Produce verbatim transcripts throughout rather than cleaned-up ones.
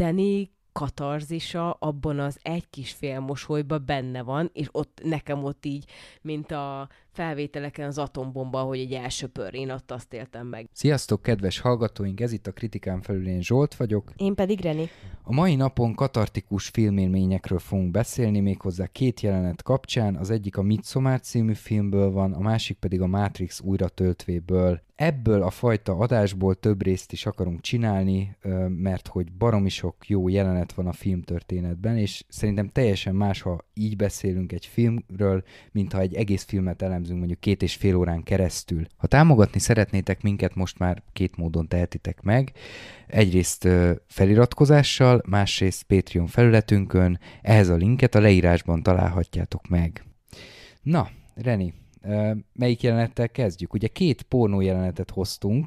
Danny katarzisa abban az egy kis fél mosolyban benne van, és ott nekem ott így, mint a felvételeken az atombomba, hogy egy elsöpör, én ott azt éltem meg. Sziasztok, kedves hallgatóink! Ez itt a Kritikán felül, én Zsolt vagyok. Én pedig Reni. A mai napon katartikus filmélményekről fogunk beszélni, méghozzá két jelenet kapcsán. Az egyik a Midsommar című filmből van, a másik pedig a Matrix újratöltvéből. Ebből a fajta adásból több részt is akarunk csinálni, mert hogy baromi sok jó jelenet van a filmtörténetben, és szerintem teljesen más, ha így beszélünk egy filmről, mint ha egy egész filmet elemzünk mondjuk két és fél órán keresztül. Ha támogatni szeretnétek minket, most már két módon tehetitek meg. Egyrészt feliratkozással, másrészt Patreon felületünkön, ehhez a linket a leírásban találhatjátok meg. Na, Reni, melyik jelenettel kezdjük? Ugye két pornó jelenetet hoztunk.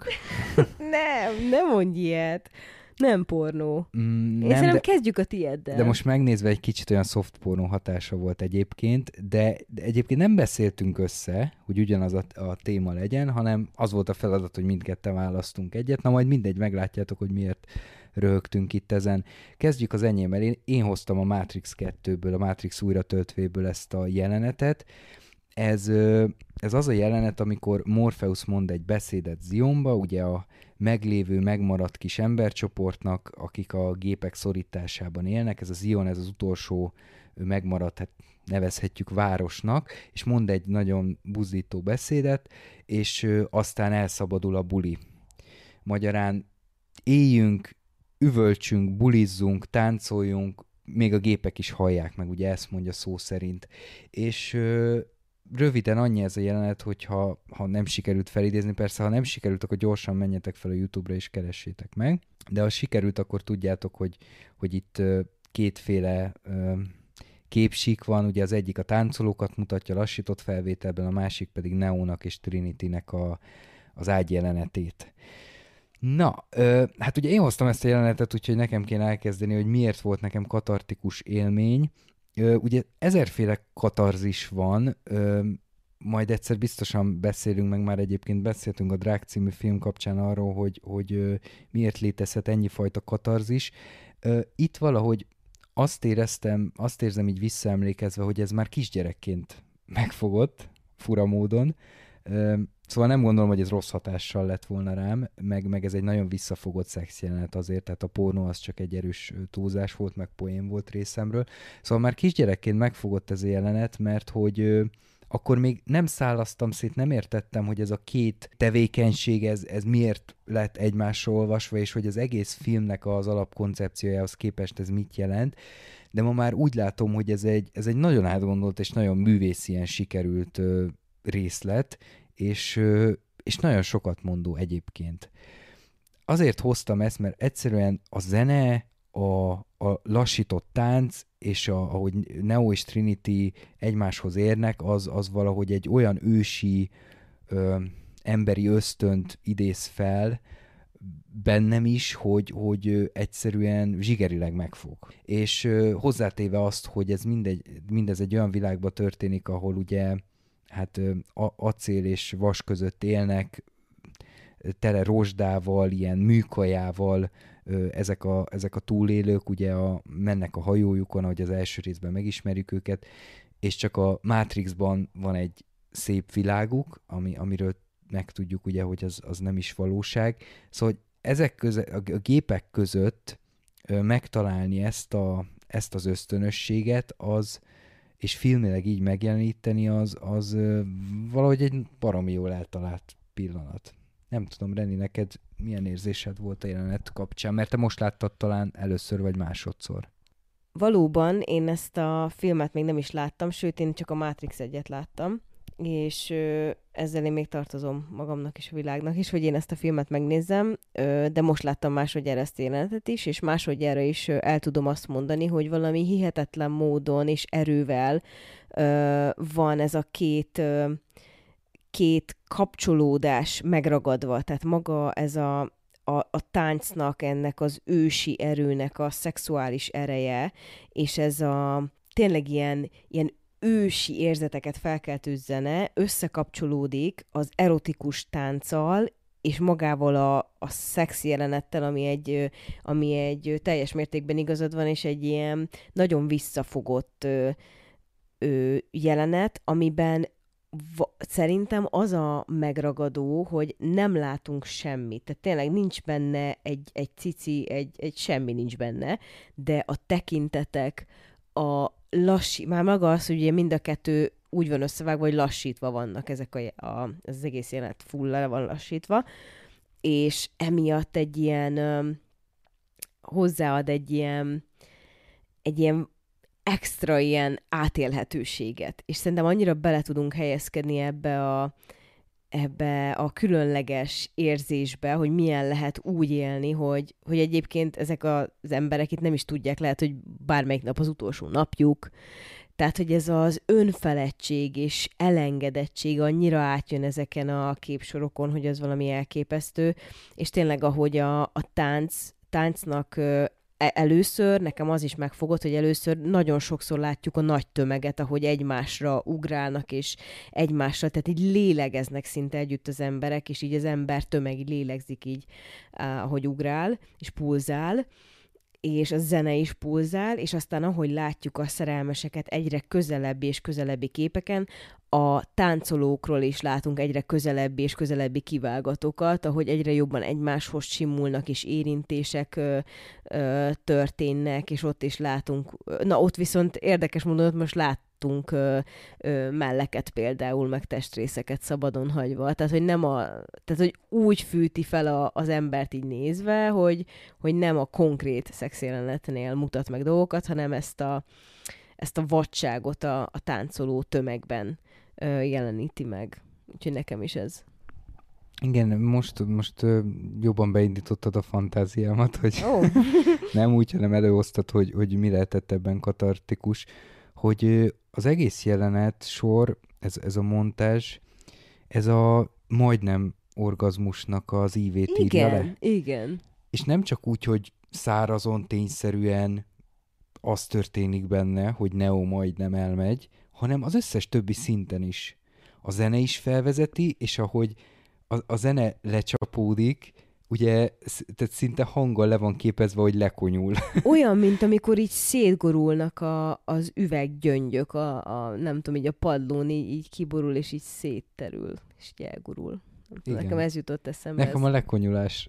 Nem, nem mondj ilyet. Nem pornó. Mm, Én nem, szerintem de, kezdjük a tieddel. de most megnézve egy kicsit olyan soft pornó hatása volt egyébként, de, de egyébként nem beszéltünk össze, hogy ugyanaz a, a téma legyen, hanem az volt a feladat, hogy mindketten választunk egyet. Na majd mindegy, meglátjátok, hogy miért röhögtünk itt ezen. Kezdjük az enyémmel. Én, én hoztam a Matrix kettőből, a Matrix újratöltvéből ezt a jelenetet. Ez, ez az a jelenet, amikor Morpheus mond egy beszédet Zionba, ugye a meglévő, megmaradt kis embercsoportnak, akik a gépek szorításában élnek. Ez a Zion, ez az utolsó megmaradt, hát nevezhetjük városnak, és mond egy nagyon buzdító beszédet, és aztán elszabadul a buli. Magyarán éljünk, üvöltsünk, bulizzunk, táncoljunk, még a gépek is hallják meg, ugye ezt mondja szó szerint. És röviden annyi ez a jelenet, hogyha ha nem sikerült felidézni, persze ha nem sikerült, akkor gyorsan menjetek fel a YouTube-ra és keressétek meg, de ha sikerült, akkor tudjátok, hogy, hogy itt kétféle képsík van, ugye az egyik a táncolókat mutatja lassított felvételben, a másik pedig Neónak és Trinitynek a, az ágy jelenetét. Na, ö, hát ugye én hoztam ezt a jelenetet, úgyhogy nekem kéne elkezdeni, hogy miért volt nekem katartikus élmény. Ö, ugye ezerféle katarzis van, ö, majd egyszer biztosan beszélünk, meg már egyébként beszéltünk a Drág című film kapcsán arról, hogy, hogy ö, miért létezhet ennyi fajta katarzis. Ö, itt valahogy azt éreztem, azt érzem így visszaemlékezve, hogy ez már kisgyerekként megfogott, fura módon. Ö, Szóval nem gondolom, hogy ez rossz hatással lett volna rám, meg, meg ez egy nagyon visszafogott szexjelenet azért, tehát a pornó az csak egy erős túlzás volt, meg poén volt részemről. Szóval már kisgyerekként megfogott ez a jelenet, mert hogy ö, akkor még nem szállaztam szét, nem értettem, hogy ez a két tevékenység, ez, ez miért lett egymásról olvasva, és hogy az egész filmnek az alapkoncepciójához képest ez mit jelent. De ma már úgy látom, hogy ez egy, ez egy nagyon átgondolt és nagyon művészien sikerült ö, részlet, És, és nagyon sokat mondó egyébként. Azért hoztam ezt, mert egyszerűen a zene, a, a lassított tánc, és a, ahogy Neo és Trinity egymáshoz érnek, az, az valahogy egy olyan ősi ö, emberi ösztönt idéz fel bennem is, hogy, hogy egyszerűen zsigerileg megfog. És ö, hozzátéve azt, hogy ez mindegy, mindez egy olyan világban történik, ahol ugye hát acél és vas között élnek, tele rozsdával, ilyen műkajával, ezek a, ezek a túlélők ugye a, mennek a hajójukon, ahogy az első részben megismerjük őket, és csak a Matrixban van egy szép világuk, ami, amiről megtudjuk ugye, hogy az, az nem is valóság. Szóval hogy ezek között, a gépek között megtalálni ezt, a, ezt az ösztönösséget, az és filmileg így megjeleníteni, az, az ö, valahogy egy baromi jól eltalált pillanat. Nem tudom, Reni, neked milyen érzésed volt a jelenet kapcsán, mert te most láttad talán először vagy másodszor. Valóban én ezt a filmet még nem is láttam, sőt én csak a Matrix egyet láttam, és ö, ezzel én még tartozom magamnak és a világnak is, hogy én ezt a filmet megnézzem, ö, de most láttam másodjára ezt a jelenetet is, és másodjára is ö, el tudom azt mondani, hogy valami hihetetlen módon és erővel ö, van ez a két, ö, két kapcsolódás megragadva, tehát maga ez a, a, a táncnak, ennek az ősi erőnek a szexuális ereje, és ez a tényleg ilyen, ilyen ősi érzeteket felkeltő zene összekapcsolódik az erotikus tánccal, és magával a, a szexi jelenettel, ami egy, ami egy teljes mértékben igazad van, és egy ilyen nagyon visszafogott ö, ö, jelenet, amiben va- szerintem az a megragadó, hogy nem látunk semmit. Tehát tényleg nincs benne egy, egy cici, egy, egy semmi nincs benne, de a tekintetek, a lassi, már maga az, hogy ugye mind a kettő úgy van összevágva, hogy lassítva vannak ezek a, a, az egész jelenet full le van lassítva, és emiatt egy ilyen um, hozzáad egy ilyen egy ilyen extra ilyen átélhetőséget. És szerintem annyira bele tudunk helyezkedni ebbe a, ebbe a különleges érzésbe, hogy milyen lehet úgy élni, hogy, hogy egyébként ezek az emberek itt nem is tudják, lehet, hogy bármelyik nap az utolsó napjuk. Tehát, hogy ez az önfeledtség és elengedettség annyira átjön ezeken a képsorokon, hogy az valami elképesztő, és tényleg ahogy a, a tánc, táncnak először, nekem az is megfogott, hogy először nagyon sokszor látjuk a nagy tömeget, ahogy egymásra ugrálnak, és egymásra, tehát így lélegeznek szinte együtt az emberek, és így az ember tömeg így lélegzik így, ahogy ugrál, és pulzál, és a zene is pulzál, és aztán ahogy látjuk a szerelmeseket egyre közelebbi és közelebbi képeken, a táncolókról is látunk egyre közelebbi és közelebbi kivágatokat, ahogy egyre jobban egymáshoz simulnak, és érintések ö, ö, történnek, és ott is látunk, na ott viszont érdekes módon, most láttunk ö, ö, melleket például, meg testrészeket szabadon hagyva. Tehát, hogy nem a, tehát, hogy úgy fűti fel a, az embert így nézve, hogy, hogy nem a konkrét szexjelenetnél mutat meg dolgokat, hanem ezt a, ezt a vadságot a, a táncoló tömegben ö, jeleníti meg. Úgyhogy nekem is ez. Igen, most, most ö, jobban beindítottad a fantáziámat, hogy oh. nem úgy, hanem előosztad, hogy, hogy mi lehetett ebben katartikus, hogy ö, az egész jelenet sor, ez, ez a montázs, ez a majdnem orgazmusnak az ívét írja le. Igen, igen. És nem csak úgy, hogy szárazon, tényszerűen az történik benne, hogy Neo majdnem elmegy, hanem az összes többi szinten is. A zene is felvezeti, és ahogy a, a zene lecsapódik, ugye, tehát szinte hanggal le van képezve, hogy lekonyul. Olyan, mint amikor így szétgorulnak a, az üveggyöngyök, a, a, nem tudom, így a padlón így, így kiborul, és így szétterül, és így elgurul. Nekem ez jutott eszembe. Nekem ez. A lekonyulás.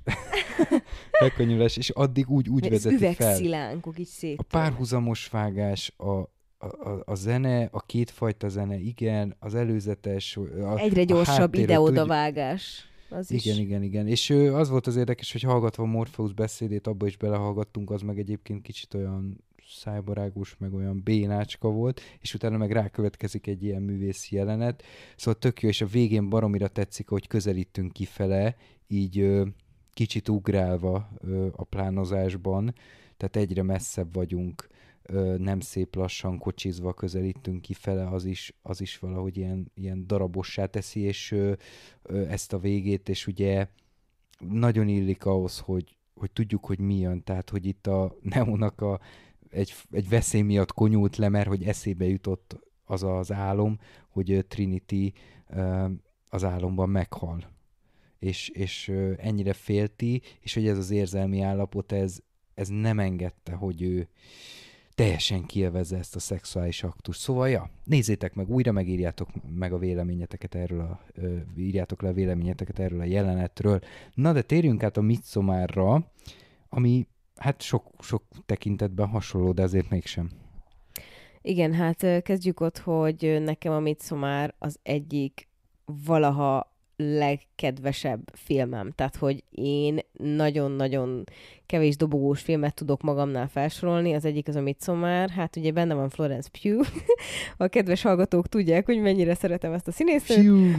lekonyulás, és addig úgy, úgy vezeti fel. Üvegszilánkok így szétterül. A párhuzamos vágás, a A, a, a zene, a kétfajta zene, igen, az előzetes, a, egyre gyorsabb ide-oda úgy... vágás. Az igen, is. igen, igen. És ö, az volt az érdekes, hogy hallgatva Morpheus beszédét, abba is belehallgattunk, az meg egyébként kicsit olyan szájbarágos, meg olyan bénácska volt, és utána meg rákövetkezik egy ilyen művészi jelenet. Szóval tök jó, és a végén baromira tetszik, hogy közelítünk kifele, így ö, kicsit ugrálva ö, a plánozásban, tehát egyre messzebb vagyunk, nem szép lassan kocsizva közelítünk kifele, az is, az is valahogy ilyen, ilyen darabossá teszi, és ö, ö, ezt a végét, és ugye nagyon illik ahhoz, hogy, hogy tudjuk, hogy mi jön, tehát, hogy itt a Neónak a, egy, egy veszély miatt konyult le, mert hogy eszébe jutott az az álom, hogy Trinity ö, az álomban meghal. És, és ö, ennyire félti, és hogy ez az érzelmi állapot, ez, ez nem engedte, hogy ő teljesen kielvezze ezt a szexuális aktust. Szóval, ja, nézzétek meg újra, megírjátok meg a véleményeteket erről a, ö, írjátok le a véleményeteket erről a jelenetről. Na, de térjünk át a Midsommarra, ami hát sok, sok tekintetben hasonló, de azért mégsem. Igen, hát kezdjük ott, hogy nekem a Midsommar az egyik valaha legkedvesebb filmem. Tehát, hogy én nagyon-nagyon kevés dobogós filmet tudok magamnál felsorolni. Az egyik az a Midsommar. Hát ugye benne van Florence Pugh. A kedves hallgatók tudják, hogy mennyire szeretem ezt a színésznőt.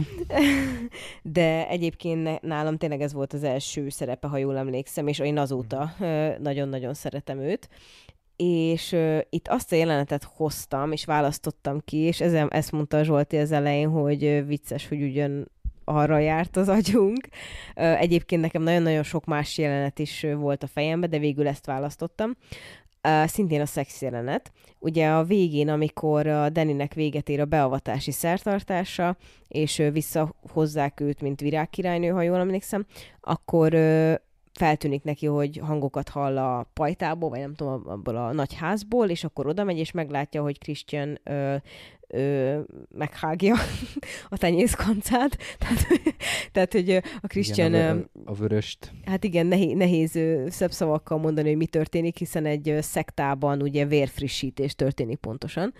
De egyébként nálam tényleg ez volt az első szerepe, ha jól emlékszem, és én azóta nagyon-nagyon szeretem őt. És uh, itt azt a jelenetet hoztam, és választottam ki, és ezen, ezt mondta Zsolti az elején, hogy uh, vicces, hogy ugyan arra járt az agyunk. Uh, egyébként nekem nagyon-nagyon sok más jelenet is uh, volt a fejemben, de végül ezt választottam. Uh, szintén a szex jelenet. Ugye a végén, amikor a Dannynek véget ér a beavatási szertartása, és uh, visszahozzák őt, mint virágkirálynő, ha jól emlékszem, akkor uh, feltűnik neki, hogy hangokat hall a pajtából, vagy nem tudom, abból a nagy házból, és akkor oda megy, és meglátja, hogy Christian ö, ö, meghágja a tenyészkancát. Tehát, tehát, hogy a Christian... Igen, a, a vöröst. Hát igen, nehéz, nehéz szebb szavakkal mondani, hogy mi történik, hiszen egy szektában ugye vérfrissítés történik pontosan,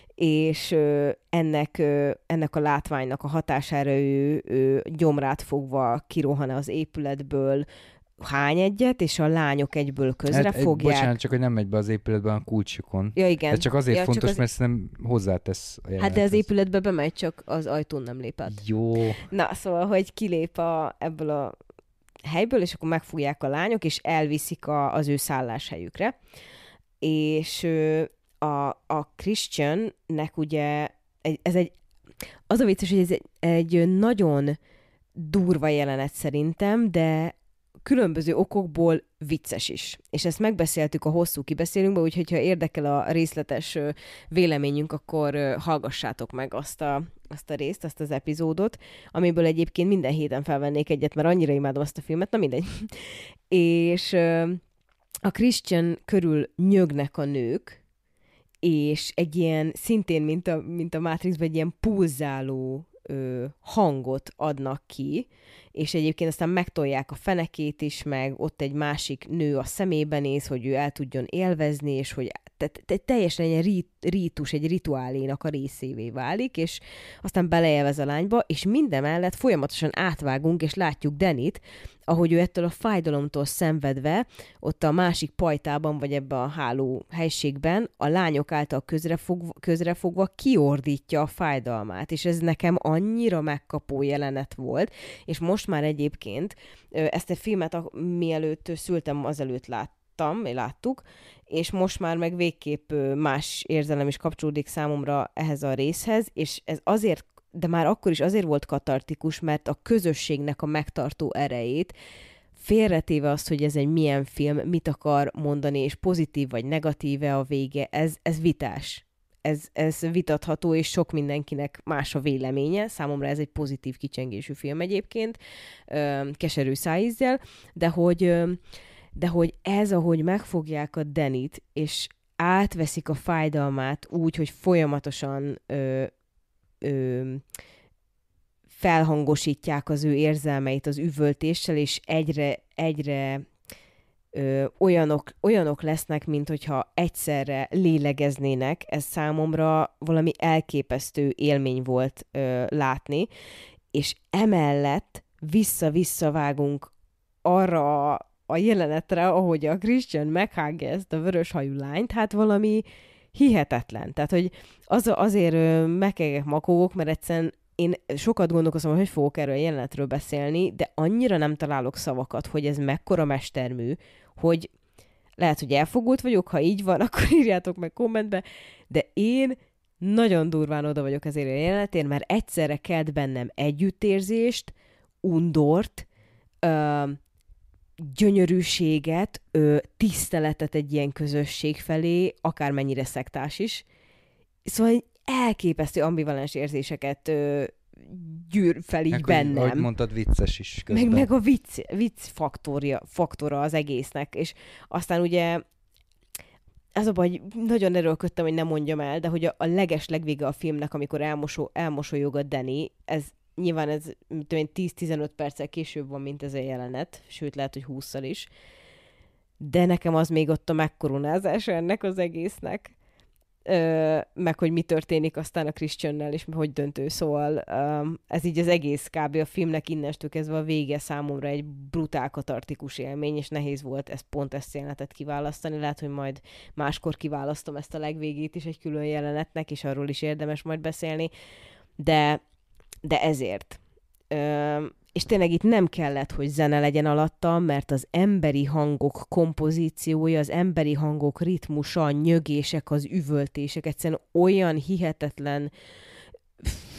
és ö, ennek, ö, ennek a látványnak a hatására ő, ő gyomrát fogva kirohan az épületből, hány egyet, és a lányok egyből közre hát, fogják. Bocsánat, csak hogy nem megy be az épületben a kulcsukon. Ja, igen. Ez csak azért ja, fontos, csak az... mert szerintem hozzátesz a Hát de az épületbe bemegy, csak az ajtón nem lép át. Jó. Na, szóval, hogy kilép a, ebből a helyből, és akkor megfogják a lányok, és elviszik a, az ő szálláshelyükre. És a, a Christiannek ugye, ez egy, az a vicces, hogy ez egy, egy nagyon durva jelenet szerintem, de különböző okokból vicces is. És ezt megbeszéltük a hosszú kibeszélünkben, úgyhogy ha érdekel a részletes véleményünk, akkor hallgassátok meg azt a, azt a részt, azt az epizódot, amiből egyébként minden héten felvennék egyet, mert annyira imádom azt a filmet, na mindegy. És a Christian körül nyögnek a nők, és egy ilyen, szintén, mint a, mint a Matrixban, egy ilyen pulzáló ö, hangot adnak ki, és egyébként aztán megtolják a fenekét is, meg ott egy másik nő a szemébe néz, hogy ő el tudjon élvezni, és hogy te, te, teljesen egy rit, rítus, egy rituálénak a részévé válik, és aztán beleélvez a lányba, és minden mellett folyamatosan átvágunk, és látjuk Dannyt, ahogy ő ettől a fájdalomtól szenvedve, ott a másik pajtában, vagy ebben a háló helységben a lányok által közrefogva, közrefogva kiordítja a fájdalmát, és ez nekem annyira megkapó jelenet volt, és most már egyébként ezt a filmet, mielőtt szültem, azelőtt láttam, láttuk, és most már meg végképp más érzelem is kapcsolódik számomra ehhez a részhez, és ez azért, de már akkor is azért volt katartikus, mert a közösségnek a megtartó erejét, félretéve azt, hogy ez egy milyen film, mit akar mondani, és pozitív vagy negatíve a vége, ez, ez vitás. Ez, ez vitatható, és sok mindenkinek más a véleménye. Számomra ez egy pozitív kicsengésű film egyébként, keserű szájízzel, de hogy, de hogy ez, ahogy megfogják a Dannyt, és átveszik a fájdalmát úgy, hogy folyamatosan ö, ö, felhangosítják az ő érzelmeit az üvöltéssel, és egyre, egyre ö, olyanok, olyanok lesznek, mint hogyha egyszerre lélegeznének. Ez számomra valami elképesztő élmény volt ö, látni, és emellett vissza-vissza vágunk arra a jelenetre, ahogy a Christian meghágja ezt a vöröshajú lányt, hát valami hihetetlen. Tehát, hogy az, azért megkegek makógok, mert egyszerűen én sokat gondolkozom, hogy fogok erről a jelenetről beszélni, de annyira nem találok szavakat, hogy ez mekkora mestermű, hogy lehet, hogy elfogult vagyok, ha így van, akkor írjátok meg kommentbe, de én nagyon durván oda vagyok ezért a jelenetért, mert egyszerre kelt bennem együttérzést, undort, ö, gyönyörűséget, ö, tiszteletet egy ilyen közösség felé, akármennyire szektás is. Szóval elképesztő ambivalens érzéseket ö, gyűr fel így meg, bennem. Ahogy mondtad, vicces is közben. Meg, meg a vicc, vicc faktorja, faktora az egésznek, és aztán ugye az a baj, hogy nagyon erőlködtem, hogy nem mondjam el, de hogy a, a leges legvége a filmnek, amikor elmosó, elmosolyog a Danny, ez nyilván ez tíz-tizenöt perccel később van, mint ez a jelenet, sőt lehet, hogy hússzal is, de nekem az még ott a megkoronázása ennek az egésznek, Ö, meg hogy mi történik aztán a Christiannel, és hogy döntő, szóval ö, ez így az egész kb. A filmnek innestől kezdve a vége számomra egy brutál katartikus élmény, és nehéz volt ezt pont ezt jelenetet kiválasztani, lehet, hogy majd máskor kiválasztom ezt a legvégét is egy külön jelenetnek, és arról is érdemes majd beszélni, de, de ezért. Ö, és tényleg itt nem kellett, hogy zene legyen alatta, mert az emberi hangok kompozíciója, az emberi hangok ritmusa, a nyögések, az üvöltések egyszerűen olyan hihetetlen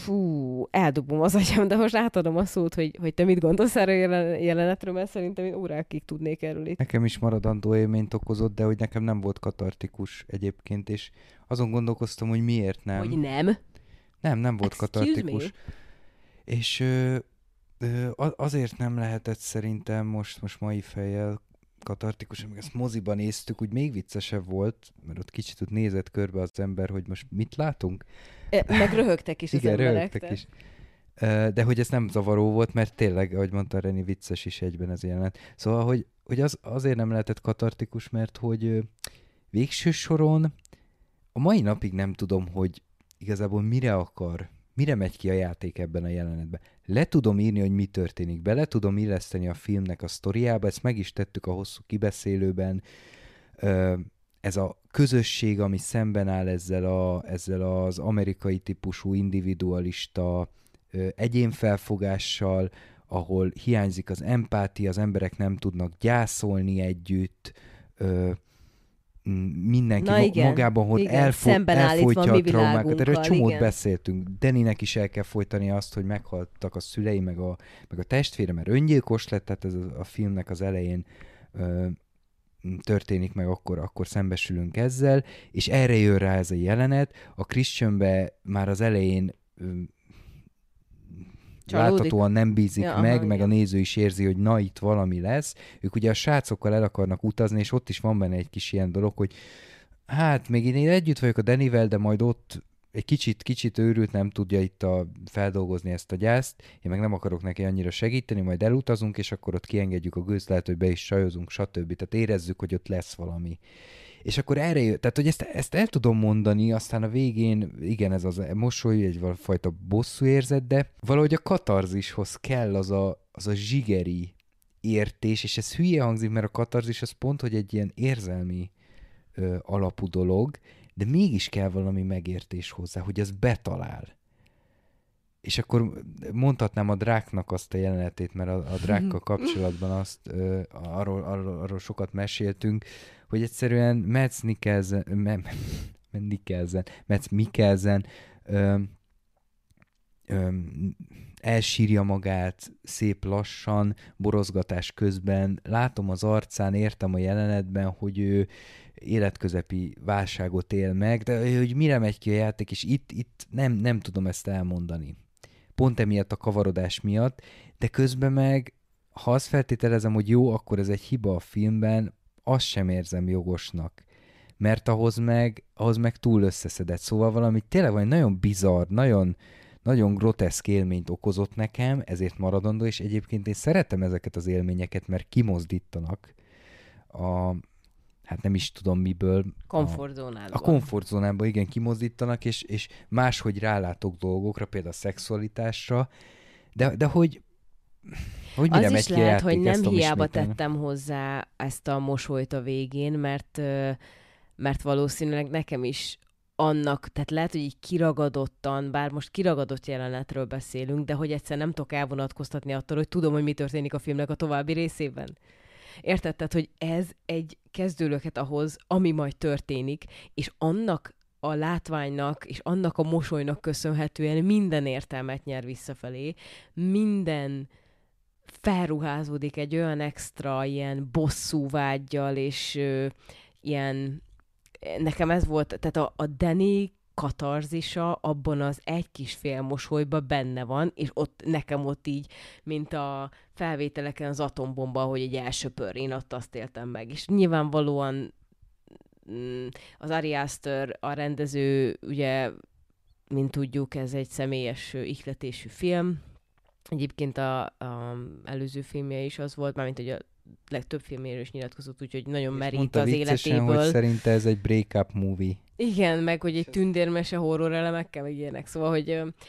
Fú, eldobom az agyam, de most átadom a szót, hogy, hogy te mit gondolsz erről a jelen- jelenetről, mert szerintem én órákig tudnék erről itt. Nekem is maradandó élményt okozott, de hogy nekem nem volt katartikus egyébként, és azon gondolkoztam, hogy miért nem. Hogy nem? Nem, nem volt Excuse katartikus. me? És ö, ö, a- azért nem lehetett szerintem most, most mai fejjel katartikus, amíg ezt moziban néztük, úgy még viccesebb volt, mert ott kicsit ott nézett körbe az ember, hogy most mit látunk. E, Meg röhögtek is az Igen, emberek. röhögtek tehát- is. Ö, De hogy ez nem zavaró volt, mert tényleg, ahogy mondta Reni, vicces is egyben ez jelenet. Szóval, hogy, hogy az azért nem lehetett katartikus, mert hogy ö, végső soron a mai napig nem tudom, hogy igazából mire akar, mire megy ki a játék ebben a jelenetben. Le tudom írni, hogy mi történik, bele tudom illeszteni a filmnek a sztoriába, ezt meg is tettük a hosszú kibeszélőben. Ö, ez a közösség, ami szemben áll ezzel, a, ezzel az amerikai típusú individualista ö, egyénfelfogással, ahol hiányzik az empátia, az emberek nem tudnak gyászolni együtt, ö, mindenki Na ma- igen, magában, hogy igen, elfo- szemben állítva elfolytja a a mi traumákat. Erről világunkkal, csomót igen. beszéltünk. Deninek is el kell folytani azt, hogy meghaltak a szülei, meg a, meg a testvére, mert öngyilkos lett, tehát ez a, a filmnek az elején ö, történik meg, akkor, akkor szembesülünk ezzel, és erre jön rá ez a jelenet. A Christianbe már az elején ö, Csalódik. láthatóan nem bízik Ja, ja, aha, meg, meg a igen. néző is érzi, hogy na itt valami lesz. Ők ugye a srácokkal el akarnak utazni, és ott is van benne egy kis ilyen dolog, hogy hát még én együtt vagyok a Denivel, de majd ott egy kicsit, kicsit őrült, nem tudja itt a, feldolgozni ezt a gyászt, én meg nem akarok neki annyira segíteni, majd elutazunk, és akkor ott kiengedjük a gőzt, lehet, hogy be is sajozunk, stb. Tehát érezzük, hogy ott lesz valami. És akkor erre jött, tehát hogy ezt, ezt el tudom mondani, aztán a végén, igen, ez az mosoly, egy valafajta bosszú érzet, de valahogy a katarzishoz kell az a, az a zsigeri értés, és ez hülye hangzik, mert a katarzis az pont, hogy egy ilyen érzelmi ö, alapú dolog, de mégis kell valami megértés hozzá, hogy ez betalál. És akkor mondhatnám a Dráknak azt a jelenetét, mert a, a Drákkal kapcsolatban azt, ö, arról, arról, arról sokat meséltünk, hogy egyszerűen Mads Mikkelsen, me, me, Mikkelsen, Mads Mikkelsen ö, ö, elsírja magát szép lassan, borozgatás közben. Látom az arcán, értem a jelenetben, hogy ő életközepi válságot él meg, de hogy mire megy ki a játék, és itt, itt nem, nem tudom ezt elmondani. Pont emiatt a kavarodás miatt, de közben meg, ha azt feltételezem, hogy jó, akkor ez egy hiba a filmben, azt sem érzem jogosnak. Mert ahhoz meg, ahhoz meg túl összeszedett. Szóval valami tényleg valami nagyon bizarr, nagyon, nagyon groteszk élményt okozott nekem, ezért maradandó, és egyébként én szeretem ezeket az élményeket, mert kimozdítanak a, hát nem is tudom miből. Komfortzónádban. A komfortzónába, igen, kimozdítanak, és, és máshogy rálátok dolgokra, például a szexualitásra, de, de hogy hogy mire Az megy is ki a lehet, játék, hogy nem ezt tudom hiába ismételni. tettem hozzá ezt a mosolyt a végén, mert, ö, mert valószínűleg nekem is annak, tehát lehet, hogy így kiragadottan, bár most kiragadott jelenetről beszélünk, de hogy egyszer nem tudok elvonatkoztatni attól, hogy tudom, hogy mi történik a filmnek a további részében. Érted? Tehát, hogy ez egy kezdőlöket ahhoz, ami majd történik, és annak a látványnak, és annak a mosolynak köszönhetően minden értelmet nyer visszafelé, minden felruházódik egy olyan extra ilyen bosszúvággyal, és ö, ilyen, nekem ez volt, tehát a, a Danny katarzisa abban az egy kis fél mosolyban benne van, és ott nekem ott így, mint a felvételeken az atombomba, hogy egy elsöpör, én ott azt éltem meg. És nyilvánvalóan mm, az Ari Aster, a rendező, ugye, mint tudjuk, ez egy személyes ö, ihletésű film. Egyébként a, a előző filmje is az volt, mármint, hogy a legtöbb filméről is nyilatkozott, úgyhogy nagyon És merít mondta az viccesen, életéből. hogy szerinte ez egy break-up movie. Igen, meg hogy egy tündérmese horror elemekkel, meg ilyenek. Szóval, hogy,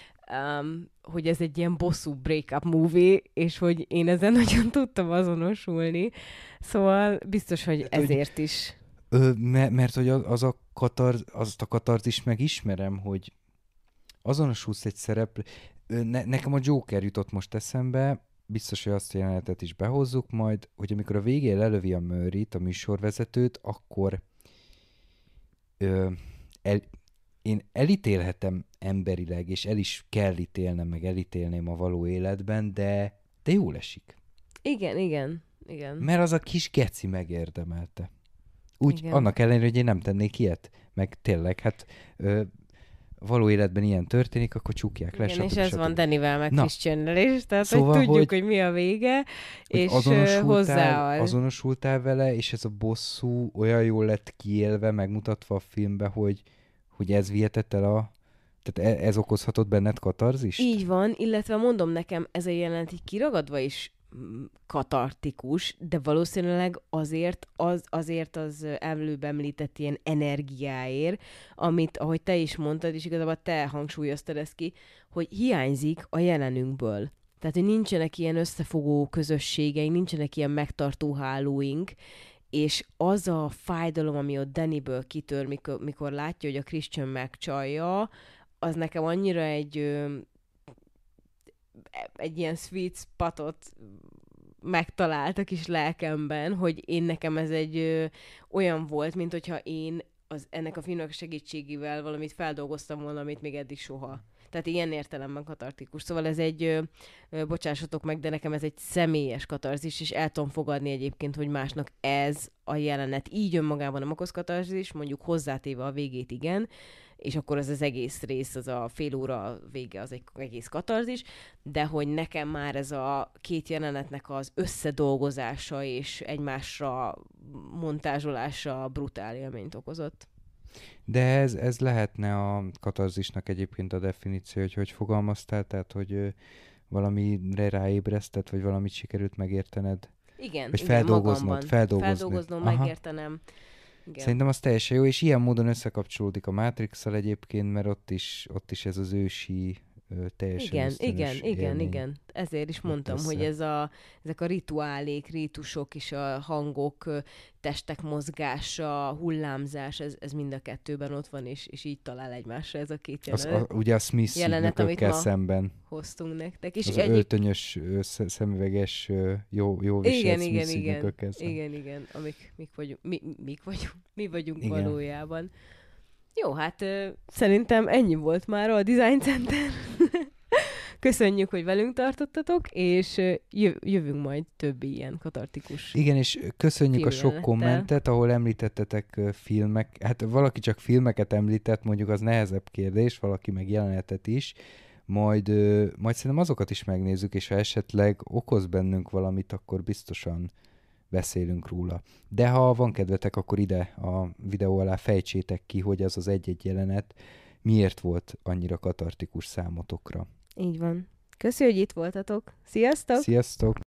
um, hogy ez egy ilyen bosszú break-up movie, és hogy én ezen nagyon tudtam azonosulni. Szóval biztos, hogy Hát, hogy- ezért is. Ö, mert, mert hogy az, az a katarz, azt a katarzist megismerem, hogy azonosulsz egy szereplő. Ö, Ne, nekem a Joker jutott most eszembe, biztos, hogy azt a jelenetet is behozzuk majd, hogy amikor a végén lelövi a Murrayt, a műsorvezetőt, akkor ö, el, én elítélhetem emberileg, és el is kell ítélnem, meg elítélném a való életben, de, de jól esik. Igen, igen, igen. Mert az a kis geci megérdemelte. Úgy, Igen. annak ellenére, hogy én nem tennék ilyet. Meg tényleg, hát ö, való életben ilyen történik, akkor csukják le, Igen, stb. és ez stb. van Danivel meg Na. Christiannel is, tehát Szóval, hogy tudjuk, hogy- hogy mi a vége, Hogy és ö, azonosultál, hozzááll. azonosultál vele, és ez a bosszú olyan jól lett kiélve, megmutatva a filmbe, hogy, hogy ez vihetett el a... Tehát e- ez okozhatott benned katarzist? Így van, illetve mondom nekem, ez a jelenet így kiragadva is mm, katartikus, de valószínűleg azért az, azért az előbb említett ilyen energiáért, amit, ahogy te is mondtad, és igazából te hangsúlyoztad ezt ki, hogy hiányzik a jelenünkből. Tehát, hogy nincsenek ilyen összefogó közösségeink, nincsenek ilyen megtartó hálóink, és az a fájdalom, ami ott Dannyből kitör, mikor, mikor látja, hogy a Christian megcsalja, az nekem annyira egy ö, egy ilyen sweet spotot megtalált a kis lelkemben, hogy én nekem ez egy ö, olyan volt, mint hogyha én az, ennek a filmnek segítségével valamit feldolgoztam volna, amit még eddig soha. Tehát ilyen értelemben katartikus. Szóval ez egy, ö, ö, bocsássatok meg, de nekem ez egy személyes katarzis, és el tudom fogadni egyébként, hogy másnak ez a jelenet így önmagában nem okoz katarzis, mondjuk hozzátéve a végét igen, és akkor az az egész rész, az a fél óra vége, az egy egész katarzis, de hogy nekem már ez a két jelenetnek az összedolgozása és egymásra montázsolása brutál élményt okozott. De ez, ez lehetne a katarzisnak egyébként a definíció, hogy hogy fogalmaztál, tehát hogy ö, valamire ráébreszted, vagy valamit sikerült megértened. Igen, Vagy igen, feldolgoznod, magamban. feldolgozni. Feldolgoznom, Aha. megértenem. Igen. Szerintem az teljesen jó, és ilyen módon összekapcsolódik a Matrix-szal egyébként, mert ott is, ott is ez az ősi, ö, teljesen Igen, ösztönös igen, igen, élmény. igen. Ezért is Jött mondtam, össze. hogy ez a, ezek a rituálék, rítusok és a hangok, ö, testek mozgása, hullámzás, ez, ez mind a kettőben ott van, és, és így talál egymásra ez a két Az, jelenet. a, ugye a Smith Jelenet, amit ügynökökkel ma szemben. Hoztunk nektek. És Az egyéb... öltönyös, ö, sz- szemüveges, ö, jó, jó viselt Igen, Smith igen, igen, ügynökökkel szemben. igen, igen, amik mik vagyunk, mi, mik vagyunk, mi vagyunk Igen. valójában. Jó, hát ö, szerintem ennyi volt már a Design Center. Köszönjük, hogy velünk tartottatok, és ö, jö- jövünk majd több ilyen katartikus. Igen, és köszönjük a sok Filmjelenettel. kommentet, ahol említettetek ö, filmek. Hát valaki csak filmeket említett, mondjuk az nehezebb kérdés, valaki meg jelenetet is. Majd, ö, majd szerintem azokat is megnézzük, és ha esetleg okoz bennünk valamit, akkor biztosan beszélünk róla. De ha van kedvetek, akkor ide a videó alá fejtsétek ki, hogy az az egy-egy jelenet miért volt annyira katartikus számotokra. Így van. Köszi, hogy itt voltatok. Sziasztok! Sziasztok!